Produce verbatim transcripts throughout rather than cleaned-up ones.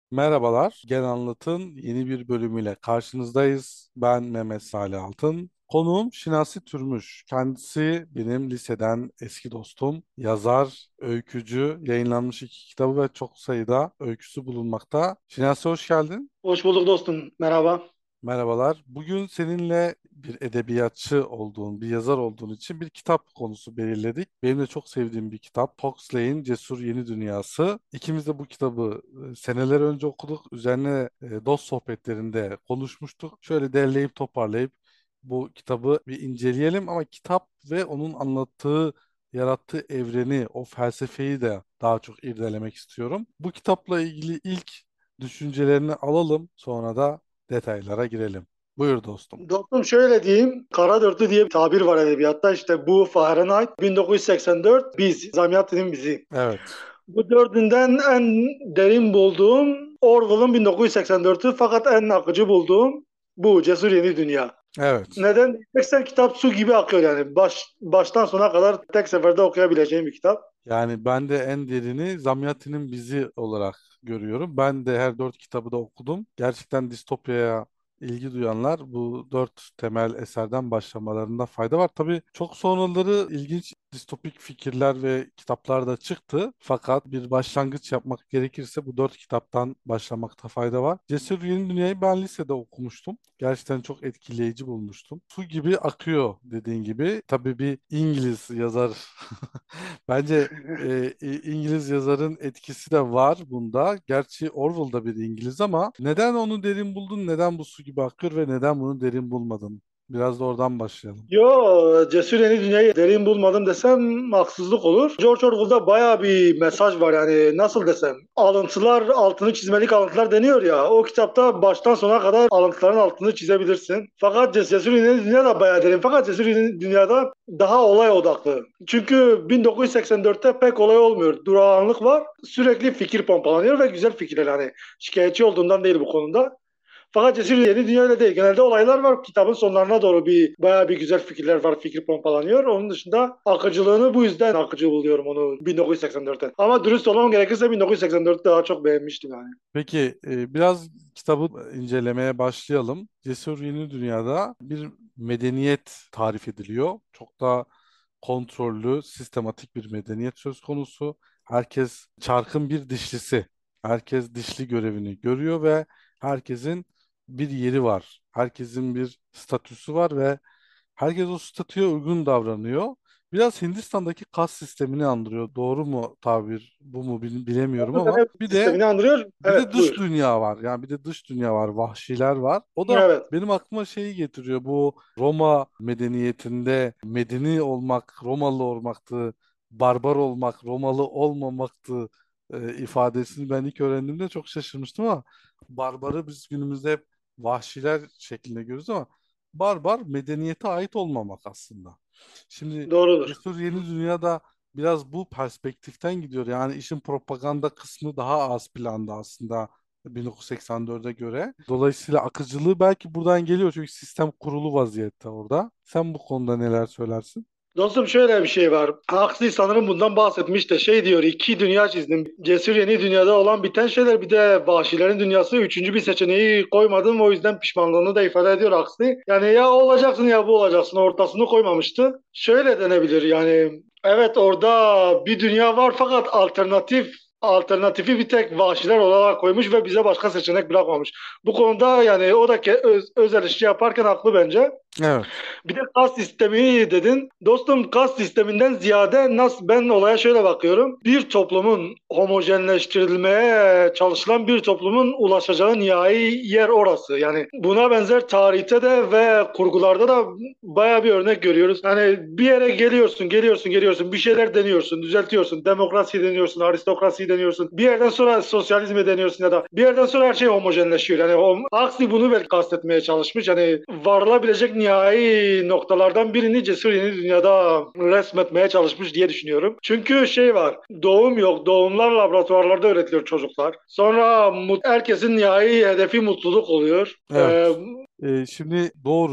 Merhabalar, Gen Anlat'ın yeni bir bölümüyle karşınızdayız. Ben Mehmet Salih Altın. Konuğum Şinasi Türmüş. Kendisi benim liseden eski dostum, yazar, öykücü, yayınlanmış iki kitabı ve çok sayıda öyküsü bulunmakta. Şinasi hoş geldin. Hoş bulduk dostum. Merhaba. Merhabalar. Bugün seninle bir edebiyatçı olduğun, bir yazar olduğun için bir kitap konusu belirledik. Benim de çok sevdiğim bir kitap. Huxley'in Cesur Yeni Dünyası. İkimiz de bu kitabı e, seneler önce okuduk. Üzerine e, dost sohbetlerinde konuşmuştuk. Şöyle derleyip toparlayıp bu kitabı bir inceleyelim ama kitap ve onun anlattığı, yarattığı evreni, o felsefeyi de daha çok irdelemek istiyorum. Bu kitapla ilgili ilk düşüncelerini alalım, sonra da detaylara girelim. Buyur dostum. Dostum şöyle diyeyim. Kara dörtlü diye bir tabir var edebiyatta. İşte bu Fahrenheit bin dokuz yüz seksen dört biz. Zamiyat'ın bizi. Evet. Bu dördünden en derin bulduğum Orwell'ın bin dokuz yüz seksen dörtü fakat en akıcı bulduğum bu Cesur Yeni Dünya. Evet. Neden diyeceksen kitap su gibi akıyor yani. Baş, baştan sona kadar tek seferde okuyabileceğim bir kitap. Yani ben de en derini Zamyatin'in Bizi olarak görüyorum. Ben de her dört kitabı da okudum. Gerçekten distopyaya ilgi duyanlar bu dört temel eserden başlamalarında fayda var. Tabii çok sonraları ilginç distopik fikirler ve kitaplar da çıktı. Fakat bir başlangıç yapmak gerekirse bu dört kitaptan başlamakta fayda var. Cesur Yeni Dünya'yı ben lisede okumuştum. Gerçekten çok etkileyici bulmuştum. Su gibi akıyor dediğin gibi. Tabii bir İngiliz yazar bence e, İ- İngiliz yazarın etkisi de var bunda. Gerçi Orwell da bir İngiliz ama neden onu derin buldun, neden bu su gibi akıyor ve neden bunu derin bulmadın? Biraz da oradan başlayalım. Yo, Cesur Yeni Dünyayı derin bulmadım desem haksızlık olur. George Orwell'da bayağı bir mesaj var yani nasıl desem. Alıntılar, altını çizmelik alıntılar deniyor ya. O kitapta baştan sona kadar alıntıların altını çizebilirsin. Fakat Cesur Yeni Dünya da bayağı derin. Fakat Cesur Yeni Dünya'da daha olay odaklı. Çünkü bin dokuz yüz seksen dörtte pek olay olmuyor. Durağanlık var. Sürekli fikir pompalanıyor ve güzel fikirler. Hani şikayetçi olduğundan değil bu konuda. Fakat Cesur Yeni Dünya öyle değil. Genelde olaylar var. Kitabın sonlarına doğru bir bayağı bir güzel fikirler var. Fikir pompalanıyor. Onun dışında akıcılığını bu yüzden akıcı buluyorum onu bin dokuz yüz seksen dörtte. Ama dürüst olmam gerekirse bin dokuz yüz seksen dörtü daha çok beğenmiştim yani. Peki e, biraz kitabı incelemeye başlayalım. Cesur Yeni Dünya'da bir medeniyet tarif ediliyor. Çok da kontrollü, sistematik bir medeniyet söz konusu. Herkes çarkın bir dişlisi. Herkes dişli görevini görüyor ve herkesin bir yeri var. Herkesin bir statüsü var ve herkes o statüye uygun davranıyor. Biraz Hindistan'daki kas sistemini andırıyor. Doğru mu tabir, bu mu bil- bilemiyorum ama Evet, bir de sistemini andırıyor. bir de Evet, dış buyur. dünya var. Yani bir de dış dünya var. Vahşiler var. O da Evet. benim aklıma şeyi getiriyor. Bu Roma medeniyetinde medeni olmak, Romalı olmaktı, barbar olmak, Romalı olmamaktı e, ifadesini ben ilk öğrendiğimde çok şaşırmıştım ama barbarı biz günümüzde hep vahşiler şeklinde görüyoruz ama barbar medeniyete ait olmamak aslında. Şimdi Doğrudur. Cesur Yeni Dünya'da biraz bu perspektiften gidiyor. Yani işin propaganda kısmı daha az planda aslında bin dokuz yüz seksen dörde göre. Dolayısıyla akıcılığı belki buradan geliyor çünkü sistem kurulu vaziyette orada. Sen bu konuda neler söylersin? Dostum şöyle bir şey var. Huxley sanırım bundan bahsetmiş de şey diyor iki dünya çizdim. Cesur Yeni Dünyada olan biten şeyler bir de vahşilerin dünyası. Üçüncü bir seçeneği koymadım o yüzden pişmanlığını da ifade ediyor Huxley. Yani ya olacaksın ya bu olacaksın ortasını koymamıştı. Şöyle denebilir yani evet orada bir dünya var fakat alternatif alternatifi bir tek vahşiler olarak koymuş ve bize başka seçenek bırakmamış. Bu konuda yani o da ke- öz, öz eleştiri yaparken haklı bence. Evet. Bir de kas sistemi dedin. Dostum kas sisteminden ziyade nasıl ben olaya şöyle bakıyorum. Bir toplumun homojenleştirilmeye çalışılan bir toplumun ulaşacağı nihai yer orası. Yani buna benzer tarihte de ve kurgularda da baya bir örnek görüyoruz. Hani bir yere geliyorsun, geliyorsun, geliyorsun, bir şeyler deniyorsun, düzeltiyorsun, demokrasi deniyorsun, aristokrasi deniyorsun. Bir yerden sonra sosyalizmi deniyorsun ya da bir yerden sonra her şey homojenleşiyor. Yani hom Huxley bunu belki kastetmeye çalışmış. Yani varılabilecek nihai noktalardan birini Cesur Yeni Dünya'da resmetmeye çalışmış diye düşünüyorum. Çünkü şey var, doğum yok, doğumlar laboratuvarlarda öğretiliyor çocuklar. Sonra herkesin nihai hedefi mutluluk oluyor. Ee, Evet. Ee, şimdi doğru.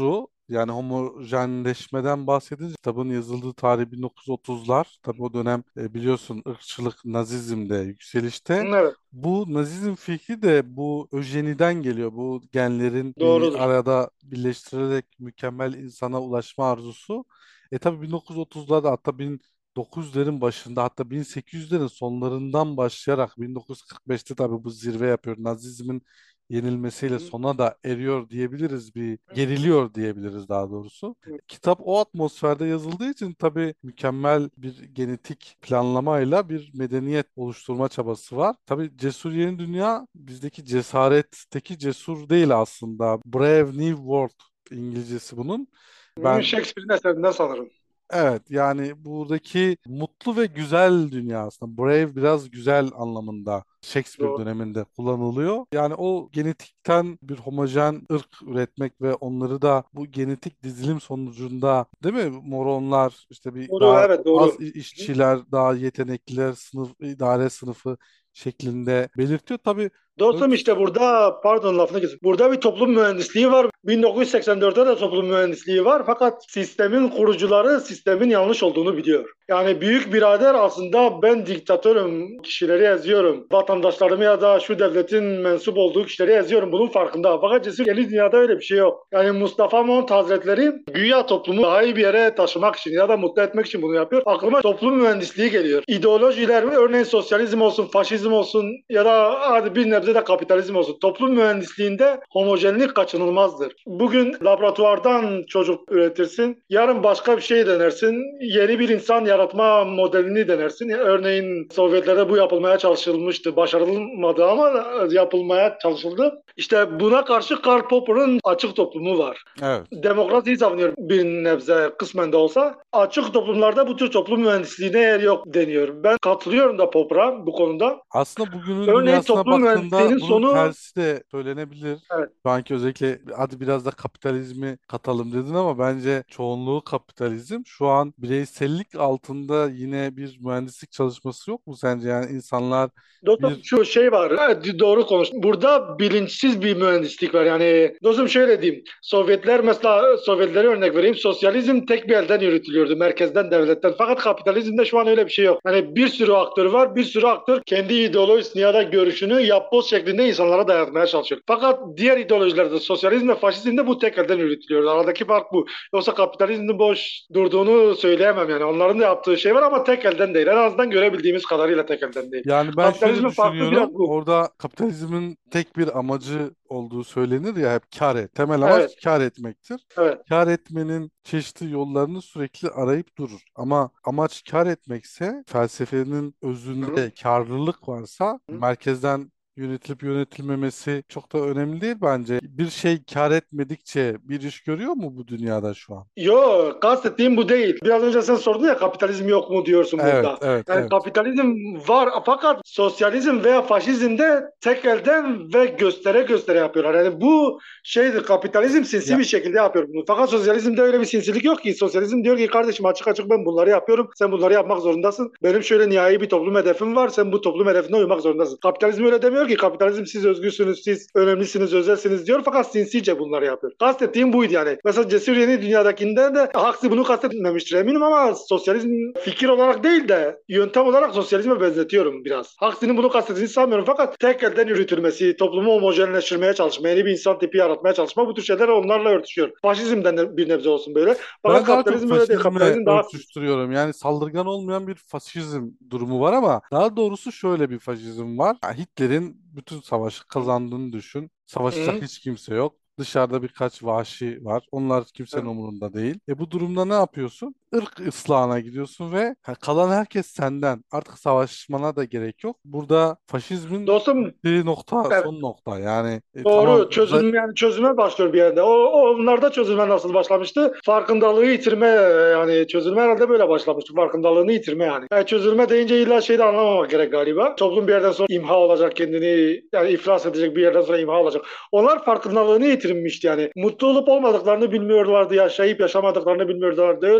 Yani homojenleşmeden bahsedince kitabın yazıldığı tarih bin dokuz yüz otuzlar. Tabii o dönem e, biliyorsun ırkçılık, Nazizm de yükselişte. Evet, Bu Nazizm fikri de bu öjeniden geliyor. Bu genlerin bir doğrudur. arada birleştirilerek mükemmel insana ulaşma arzusu. E tabii bin dokuz yüz otuzlarda, hatta bin dokuz yüzlerin başında, hatta bin sekiz yüzlerin sonlarından başlayarak bin dokuz yüz kırk beşte tabii bu zirve yapıyor. Nazizmin yenilmesiyle sona da eriyor diyebiliriz, bir geriliyor diyebiliriz daha doğrusu. Kitap o atmosferde yazıldığı için tabii mükemmel bir genetik planlamayla bir medeniyet oluşturma çabası var. Tabii Cesur Yeni Dünya bizdeki cesaretteki cesur değil aslında. Brave New World İngilizcesi bunun. Hı, Ben Shakespeare'in eserinden sanırım. Evet, yani buradaki mutlu ve güzel dünya, aslında brave biraz güzel anlamında Shakespeare Doğru. döneminde kullanılıyor. Yani o genetikten bir homojen ırk üretmek ve onları da bu genetik dizilim sonucunda, değil mi? Moronlar, işte bir Doğru, daha evet az doğru. i- işçiler, daha yetenekliler, sınıf idare sınıfı şeklinde belirtiyor. Tabii Dostum Öz- işte burada pardon lafını kesin. Burada bir toplum mühendisliği var. bin dokuz yüz seksen dörtte de toplum mühendisliği var. Fakat sistemin kurucuları sistemin yanlış olduğunu biliyor. Yani büyük birader aslında ben diktatörüm, kişileri eziyorum. Vatandaşlarımı ya da şu devletin mensup olduğu kişileri eziyorum. Bunun farkında. Fakat cesur yeni dünyada öyle bir şey yok. Yani Mustafa Mont Hazretleri güya toplumu daha iyi bir yere taşımak için ya da mutlu etmek için bunu yapıyor. Aklıma toplum mühendisliği geliyor. İdeolojiler örneğin sosyalizm olsun, faşizm olsun ya da hadi bir nebze de kapitalizm olsun. Toplum mühendisliğinde homojenlik kaçınılmazdır. Bugün laboratuvardan çocuk üretirsin. Yarın başka bir şey denersin. Yeni bir insan yaratma modelini denersin. Örneğin Sovyetlerde bu yapılmaya çalışılmıştı. Başarılmadı ama yapılmaya çalışıldı. İşte buna karşı Karl Popper'ın açık toplumu var. evet. Demokrasiyi savunuyor bir nebze kısmen de olsa. Açık toplumlarda bu tür toplum mühendisliğine yer yok deniyor. Ben katılıyorum da Popper'a bu konuda. Aslında bugünün Örneğin dünyasına toplum mühendisliğinin baktığında bunun sonu tersi de söylenebilir. evet, Şu anki özellikle hadi biraz da kapitalizmi katalım dedin ama bence çoğunluğu kapitalizm. Şu an bireysellik altında yine bir mühendislik çalışması yok mu sence? Yani insanlar dostum bir şu şey var. Evet, doğru konuş. Burada bilinçsiz bir mühendislik var. Yani dostum şöyle diyeyim. Sovyetler mesela Sovyetlere örnek vereyim. Sosyalizm tek bir elden yürütülüyordu. Merkezden, devletten. Fakat kapitalizmde şu an öyle bir şey yok. Hani bir sürü aktör var. Bir sürü aktör kendi ideolojisini ya da görüşünü yapboz şeklinde insanlara dayatmaya çalışıyor. Fakat diğer ideolojilerde sosyalizm ve faşizmde bu tek elden yürütülüyor. Aradaki fark bu. Yoksa kapitalizmin boş durduğunu söyleyemem yani. Onların da yaptığı şey var ama tek elden değil. En azından görebildiğimiz kadarıyla tek elden değil. Yani ben şöyle Kapitalizmin farkı biraz düşünüyorum. bu. Orada kapitalizmin tek bir amacı olduğu söylenir ya, hep kar et. Temel Evet, amaç kar etmektir. evet. Kar etmenin çeşitli yollarını sürekli arayıp durur. Ama amaç kar etmekse, felsefenin Hı-hı. özünde karlılık varsa, merkezden yönetilip yönetilmemesi çok da önemli değil bence. Bir şey kar etmedikçe bir iş görüyor mu bu dünyada şu an? Yok, kastettiğim bu değil. Biraz önce sen sordun ya kapitalizm yok mu diyorsun Evet, burada. evet, Yani evet. kapitalizm var fakat sosyalizm veya faşizmde tek elden ve göstere göstere yapıyorlar. Yani bu şeydir kapitalizm sinsi Ya bir şekilde yapıyor bunu. Fakat sosyalizmde öyle bir sinsilik yok ki. Sosyalizm diyor ki kardeşim açık açık ben bunları yapıyorum. Sen bunları yapmak zorundasın. Benim şöyle nihai bir toplum hedefim var. Sen bu toplum hedefine uymak zorundasın. Kapitalizm öyle demiyor ki. Kapitalizm siz özgürsünüz, siz önemlisiniz, özelsiniz diyor. Fakat sinsice bunları yapıyor. Kastettiğim buydu yani. Mesela Cesur Yeni Dünya'dakinde de Huxley bunu kastetmemiştir eminim ama sosyalizm fikir olarak değil de yöntem olarak sosyalizme benzetiyorum biraz. Huxley'nin bunu kastettiğini sanmıyorum fakat tek elden yürütülmesi, toplumu homojenleştirmeye çalışma, yeni bir insan tipi yaratmaya çalışma bu tür şeyler onlarla örtüşüyor. Faşizmden de bir nebze olsun böyle. Fakat Ben daha çok kapitalizm öyle değil. faşizmle Kapitalizm daha sinsi. örtüştürüyorum. Yani saldırgan olmayan bir faşizm durumu var ama daha doğrusu şöyle bir faşizm var. Ya Hitler'in bütün savaşı kazandığını düşün. Savaşacak Hı-hı. hiç kimse yok. Dışarıda birkaç vahşi var. Onlar kimsenin umurunda değil. E bu durumda ne yapıyorsun? Irk ıslahına gidiyorsun ve ha, kalan herkes senden. Artık savaşmana da gerek yok. Burada faşizmin Dostum bittiği nokta evet, son nokta. Yani e, tamam, doğru. Çözülme yani çözülme başlıyor bir yerde. O, o onlarda çözülme nasıl başlamıştı? Farkındalığı yitirme yani çözülme herhalde böyle başlamıştı. Farkındalığını yitirme yani. Yani çözülme deyince illa şeyi de anlamamak gerek galiba. Toplum bir yerden sonra imha olacak kendini yani iflas edecek bir yerden sonra imha olacak. Onlar farkındalığını yitirmişti yani. Mutlu olup olmadıklarını bilmiyorlardı. Yaşayıp yaşamadıklarını bilmiyorlardı. Öylesine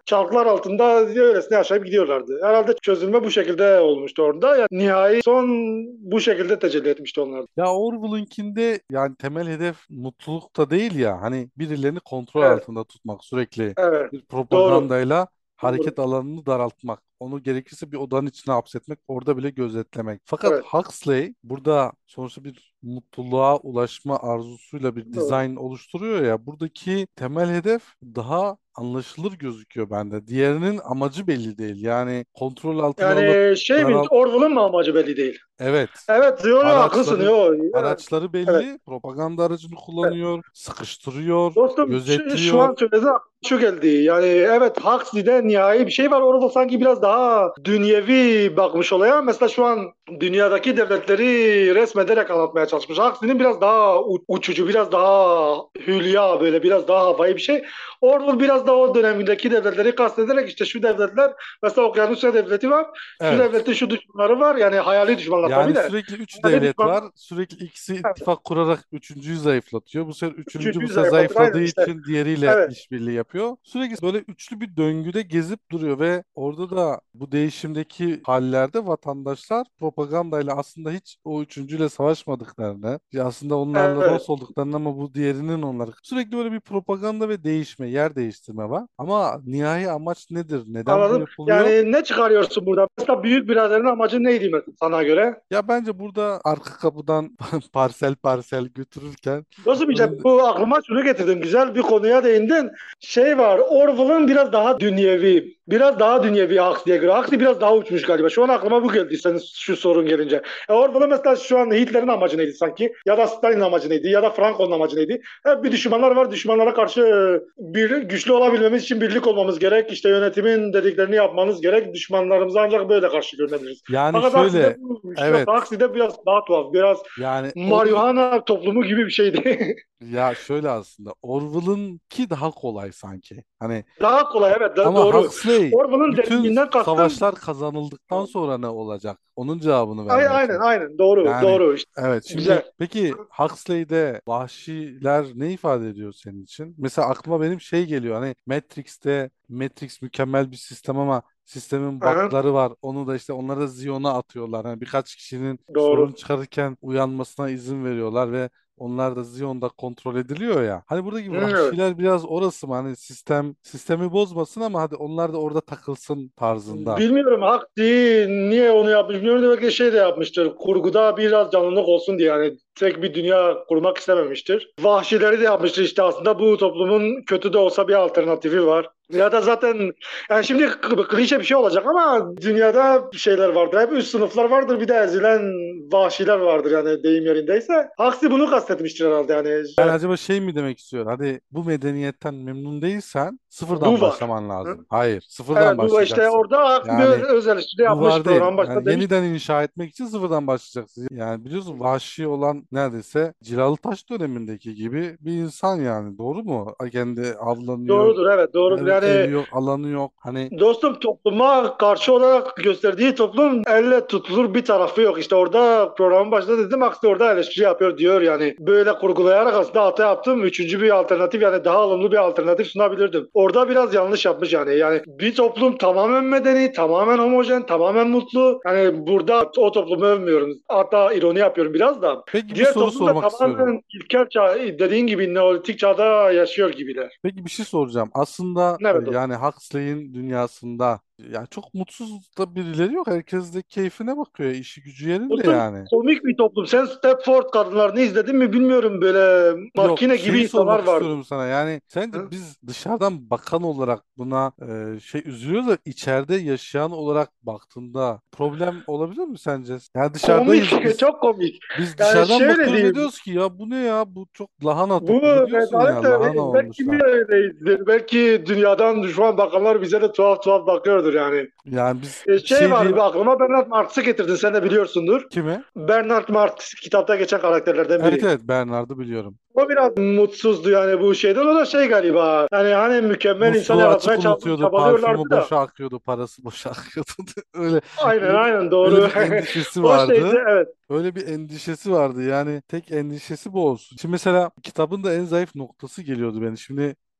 çarklar altında öylesine yaşayıp gidiyorlardı. Herhalde çözülme bu şekilde olmuştu orada. Yani nihai son bu şekilde tecelli etmişti onlar. Ya Orwell'ınkinde yani temel hedef mutluluk da değil ya. Hani birilerini kontrol Evet, altında tutmak, sürekli evet. bir Doğru. propagandayla Doğru. hareket alanını daraltmak. Onu gerekirse bir odanın içine hapsetmek, orada bile gözetlemek. Fakat Evet. Huxley burada sonuçta bir mutluluğa ulaşma arzusuyla bir Doğru. dizayn oluşturuyor ya. Buradaki temel hedef daha anlaşılır gözüküyor bende. Diğerinin amacı belli değil. Yani kontrol altına alıp Yani şey mi? daral Orwell'ın mı amacı belli değil. evet. Evet, yo, yo, haklısın. Araçları Yo. araçları Evet. belli. Propaganda aracını Evet. kullanıyor, sıkıştırıyor, Dostum şu, şu gözetliyor. an söylediğin aklıma şu geldi. Yani evet, Huxley'de nihai bir şey var. Orada sanki biraz daha dünyevi bakmış olaya. Mesela şu an dünyadaki devletleri resmederek anlatmaya çalışmış. Huxley'nin biraz daha u- uçucu, biraz daha hülya, böyle biraz daha havai bir şey. Orwell biraz daha o dönemindeki devletleri kastederek işte şu devletler, mesela Okyanusya Devleti var. Şu Evet. devletin şu düşmanları var. Yani hayali düşmanlar tabii Yani de. sürekli üç Hayali devlet düşmanlar. var. Sürekli ikisi ittifak kurarak üçüncüyü zayıflatıyor. Bu sefer üçüncü bu Üçüncüyü sefer zayıflatır. zayıfladığı Aynen işte. için diğeriyle Evet. işbirliği yapıyor. Sürekli böyle üçlü bir döngüde gezip duruyor ve orada da bu değişimdeki hallerde vatandaşlar propagandayla aslında hiç o üçüncüyle savaşmadıklarını, ya aslında onlarla Evet. dost olduklarını ama bu diğerinin onları sürekli böyle bir propaganda ve değişme, yer değiştirme var. Ama nihai amaç nedir? Neden bu Anladım. yapılıyor? Yani ne çıkarıyorsun burada? Mesela büyük biraderin amacı neydi mesela sana göre? Ya bence burada arka kapıdan parsel parsel götürürken Dostum işte önünde... bu aklıma şunu getirdim. Güzel bir konuya değindin. Şey var, Orwell'ın biraz daha dünyevi. Biraz daha dünyevi Huxley'e göre. Huxley biraz daha uçmuş galiba. Şu an aklıma bu geldi senin şu sorun gelince. E Orwell'ın mesela şu an Hitler'in amacı neydi sanki? Ya da Stalin'in amacı neydi? Ya da Franco'nun amacı neydi? Hep bir düşmanlar var. Düşmanlara karşı e, bir, güçlü olabilmemiz için birlik olmamız gerek. İşte yönetimin dediklerini yapmanız gerek. Düşmanlarımıza ancak böyle karşı görünebiliriz. Yani Fakat şöyle, Huxley'de buymuş. Yok, evet, Huxley'de biraz daha tuhaf. Biraz yani Orwell, marihuana toplumu gibi bir şeydi. ya şöyle aslında Orwell'ın ki daha kolay sanki. Hani Daha kolay, evet, da- ama doğru. Huxley Orwell'ın bütün derinliğinden kastım. savaşlar kazanıldıktan sonra ne olacak? Onun cevabını Ay- vermeye Aynen çalışıyor. aynen doğru Yani doğru işte. evet, şimdi Güzel. peki Huxley'de vahşiler ne ifade ediyor senin için? Mesela aklıma benim şey geliyor, hani Matrix'te Matrix mükemmel bir sistem ama sistemin Aha, bug'ları var. Onu da işte onları da Zion'a atıyorlar. Hani birkaç kişinin sorun doğru. çıkarırken uyanmasına izin veriyorlar ve onlar da Zion'da kontrol ediliyor ya. Hani buradaki Hı, evet. vahşiler biraz orası mı? Hani sistem sistemi bozmasın ama hadi onlar da orada takılsın tarzında. Bilmiyorum, hak değil. Niye onu yapmış bilmiyorum. Demek ki şey de yapmıştır. Kurguda biraz canlılık olsun diye, yani tek bir dünya kurmak istememiştir. Vahşileri de yapmıştır işte, aslında bu toplumun kötü de olsa bir alternatifi var. Ya da zaten yani şimdi k- klişe bir şey olacak ama dünyada şeyler vardır. Hep üst sınıflar vardır. Bir de ezilen vahşiler vardır, yani deyim yerindeyse. Huxley bunu kastetmiştir herhalde, yani Yani işte acaba şey mi demek istiyor? Hadi bu medeniyetten memnun değilsen sıfırdan bu var. başlaman Hı? lazım. Hayır, sıfırdan Evet, bu işte başlayacaksın. orada Huxley bir öz, Yani öz eleştiri bu yapmış var değil. program başında, Yani demiş. yeniden inşa etmek için sıfırdan başlayacaksın. Yani biliyorsun vahşi olan neredeyse Cilalıtaş dönemindeki gibi bir insan yani. Doğru mu? Kendi avlanıyor. Doğrudur, evet, doğrudur. ev- Evi Yani yok, alanı yok. Hani dostum, topluma karşı olarak gösterdiği toplum elle tutulur bir tarafı yok. İşte orada programın başında dedim, aksi orada eleştiri yapıyor diyor yani. Böyle kurgulayarak aslında hata yaptım. Üçüncü bir alternatif, yani daha olumlu bir alternatif sunabilirdim. Orada biraz yanlış yapmış yani. Yani bir toplum tamamen medeni, tamamen homojen, tamamen mutlu. Yani burada o toplumu övmüyorum. Hatta ironi yapıyorum biraz da. peki bir Diğer soru toplum da sormak istiyorum. tamamen ilkel çağ, dediğin gibi Neolitik çağda yaşıyor gibiler. Peki bir şey soracağım. Aslında e, Evet dostum. yani Huxley'in dünyasında ya çok mutsuz da birileri yok. Herkes de keyfine bakıyor. İşi gücü yerinde Dostum, yani. komik bir toplum. Sen Stepford kadınlarını izledin mi bilmiyorum. Böyle Yok, makine gibi şeyi insanlar sormak vardı. istiyorum sana. Yani sence Hı? biz dışarıdan bakan olarak buna e, şey üzülüyoruz da içeride yaşayan olarak baktığında problem olabilir mi sence? Yani Komik, dışarıdayız biz. çok komik. Biz Yani dışarıdan şöyle bakıyoruz ve diyeyim. diyoruz ki ya bu ne ya? Bu çok lahana Bu toplumu diyorsun rezalet ya. Lahana öyleyiz. Belki olmuşlar. niye öyleyizdir? Belki dünyadan düşman bakanlar bize de tuhaf tuhaf bakıyordur yani. Yani biz E, şey şey vardı diyeyim, bir aklıma, Bernard Marx'ı getirdin, sen de biliyorsundur. kime? Bernard Marx kitapta geçen karakterlerden Evet, biri. evet, Bernard'ı biliyorum. O biraz mutsuzdu yani bu şeyden. O da şey galiba. Yani hani mükemmel insan Musluğu açık yaratmaya çab- unutuyordu, çabalıyorlardı parfümü da. boşa akıyordu, parası boşa akıyordu. Öyle Aynen öyle bir aynen öyle doğru. bir endişesi O şeydi, vardı. evet. Öyle bir endişesi vardı. Yani tek endişesi bu olsun. Şimdi mesela kitabın da en zayıf noktası geliyordu beni. Şimdi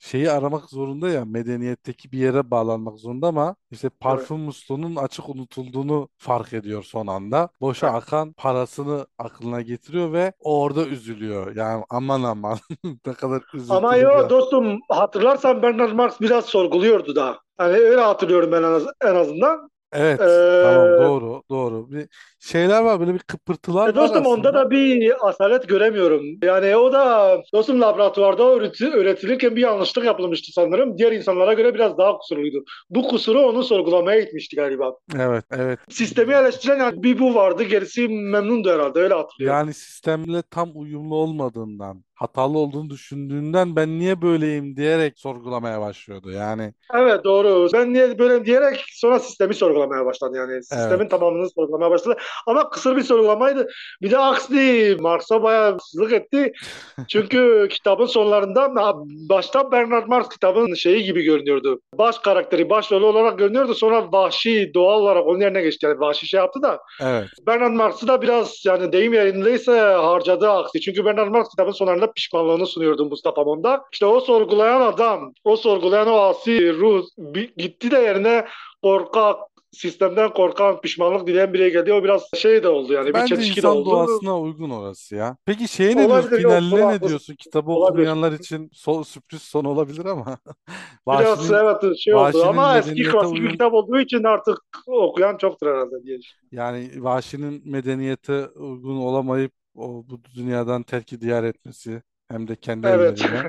şeyi aramak zorunda ya, medeniyetteki bir yere bağlanmak zorunda ama işte Evet. parfüm musluğunun açık unutulduğunu fark ediyor son anda. Boşa Evet. akan parasını aklına getiriyor ve orada üzülüyor. Yani aman aman ne kadar Ama üzüntülü bir yo an. dostum, hatırlarsan Bernard Marx biraz sorguluyordu da. Hani öyle hatırlıyorum ben en, az- en azından. Evet, tamam, Ee, doğru, doğru. Bir şeyler var, böyle bir kıpırtılar E var dostum, onda aslında. da bir asalet göremiyorum. Yani o da dostum laboratuvarda üreti, üretilirken bir yanlışlık yapılmıştı sanırım. Diğer insanlara göre biraz daha kusurluydu. Bu kusuru onu sorgulamaya itmişti galiba. Evet, evet. Sistemi eleştiren yani bir bu vardı, gerisi memnundu herhalde, öyle hatırlıyorum. Yani sistemle tam uyumlu olmadığından, hatalı olduğunu düşündüğünden ben niye böyleyim diyerek sorgulamaya başlıyordu. Yani Evet, doğru. Ben niye böyle diyerek sonra sistemi sorgulamaya başladı. Yani evet, sistemin tamamını sorgulamaya başladı. Ama kısır bir sorgulamaydı. Bir de aksi Marx'a bayağı haksızlık etti. Çünkü kitabın sonlarında başta Bernard Marx kitabın şeyi gibi görünüyordu. Baş karakteri, başrolü olarak görünüyordu. Sonra Vahşi doğal olarak onun yerine geçti. Yani Vahşi şey yaptı da evet. Bernard Marx'ı da biraz, yani deyim yerindeyse, harcadı aksi. Çünkü Bernard Marx kitabın sonlarında pişmanlığını sunuyordu Mustafa Monda. İşte o sorgulayan adam, o sorgulayan o asi ruh bi- gitti de yerine korkak, sistemden korkan, pişmanlık dileyen biri geldi. O biraz şey de oldu, yani bir Bence çelişki de insan oldu. doğasına uygun orası ya. Peki şeye ne diyorsun? Olabilir, yok, Finaline bu ne haklısın. diyorsun? Kitabı Olabilir. okumayanlar için so- sürpriz son olabilir ama Biraz Vahşi'nin evet şey oldu Vahşi'nin ama eski medeniyete klasik bir uyum kitap olduğu için artık okuyan çoktur herhalde diye düşünüyorum. yani Vahşi'nin medeniyete uygun olamayıp o bu dünyadan terki diyar etmesi, hem de kendi Evet. elleriyle.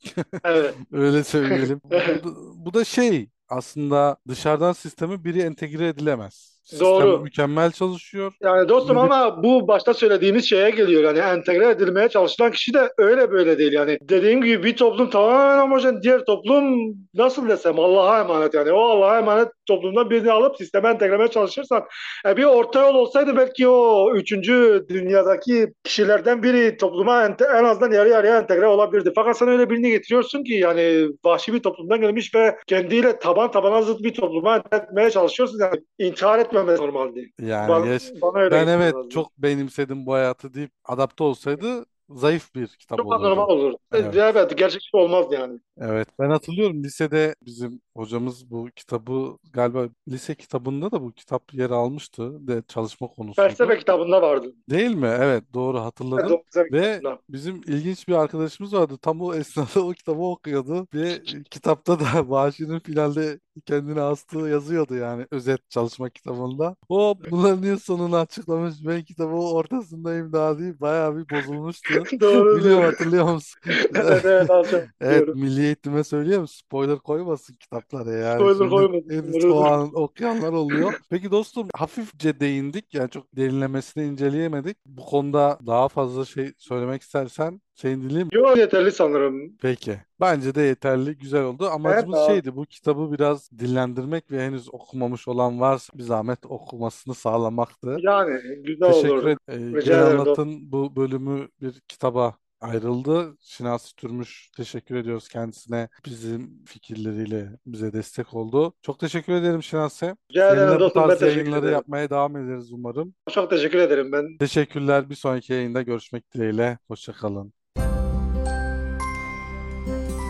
Evet. Öyle söyleyelim. Bu da, bu da şey, aslında dışarıdan sisteme biri entegre edilemez. Sistem Doğru. mükemmel çalışıyor. Yani dostum, Böyle bir ama bu başta söylediğimiz şeye geliyor. Yani entegre edilmeye çalışılan kişi de öyle böyle değil. Yani dediğim gibi bir toplum tamamen homojen. Diğer toplum, nasıl desem, Allah'a emanet yani. O Allah'a emanet toplumdan birini alıp sisteme enteglemeye çalışırsan, e, bir orta yol olsaydı belki o üçüncü dünyadaki kişilerden biri topluma ente- en azından yarı yarıya entegre olabilirdi. Fakat sen öyle birini getiriyorsun ki, yani vahşi bir toplumdan gelmiş ve kendiyle taban tabana zıt bir topluma entegre etmeye çalışıyorsun. Yani intihar etmemesi normaldi. yani Bana, yaş bana öyle ben geliyor evet en azından. çok benimsedim bu hayatı deyip adapte olsaydı zayıf bir kitap Çok anormal olurdu. olur. Evet. Evet, gerçekçi olmaz yani. Evet, ben hatırlıyorum lisede bizim hocamız bu kitabı, galiba lise kitabında da bu kitap yer almıştı de çalışma konusuydu. Felsefe kitabında vardı. Değil mi? Evet, doğru Evet, hatırladın. o felsefe Ve kitabında. bizim ilginç bir arkadaşımız vardı. Tam o esnada o kitabı okuyordu. Ve kitapta da Vahşi'nin finalde kendini astığı yazıyordu, yani özet çalışma kitabında. O bunların niye sonunu açıklamış. Ben kitabın ortasındayım daha deyip bayağı bir bozulmuştu. Biliyorum, Doğrudur. hatırlıyor musun? Evet, evet, az çok Evet, biliyorum. milli eğitime söylüyorum, spoiler koymasın kitaplara, yani Spoiler şimdi koymadım. hepsi o Doğrudur. an okuyanlar oluyor. Peki dostum, hafifçe değindik, yani çok derinlemesine inceleyemedik. Bu konuda daha fazla şey söylemek istersen seni dinleyeyim. Yok, yeterli sanırım. Peki. Bence de yeterli, güzel oldu. Evet, Amacımız tamam. şeydi, bu kitabı biraz dillendirmek ve henüz okumamış olan varsa bir zahmet okumasını sağlamaktı. Yani güzel Teşekkür olurdu. ederim. Ee, Rica Gel ederim dostum. Anlat'ın bu bölümü bir kitaba ayrıldı. Şinasi Türmüş, teşekkür ediyoruz kendisine. Bizim fikirleriyle bize destek oldu. Çok teşekkür ederim Şinasi. Rica ederim Seninle bu dostum. Ben tarz teşekkür yayınları ederim. yapmaya devam ederiz umarım. Çok teşekkür ederim. Ben Teşekkürler. Bir sonraki yayında görüşmek dileğiyle. Hoşça kalın.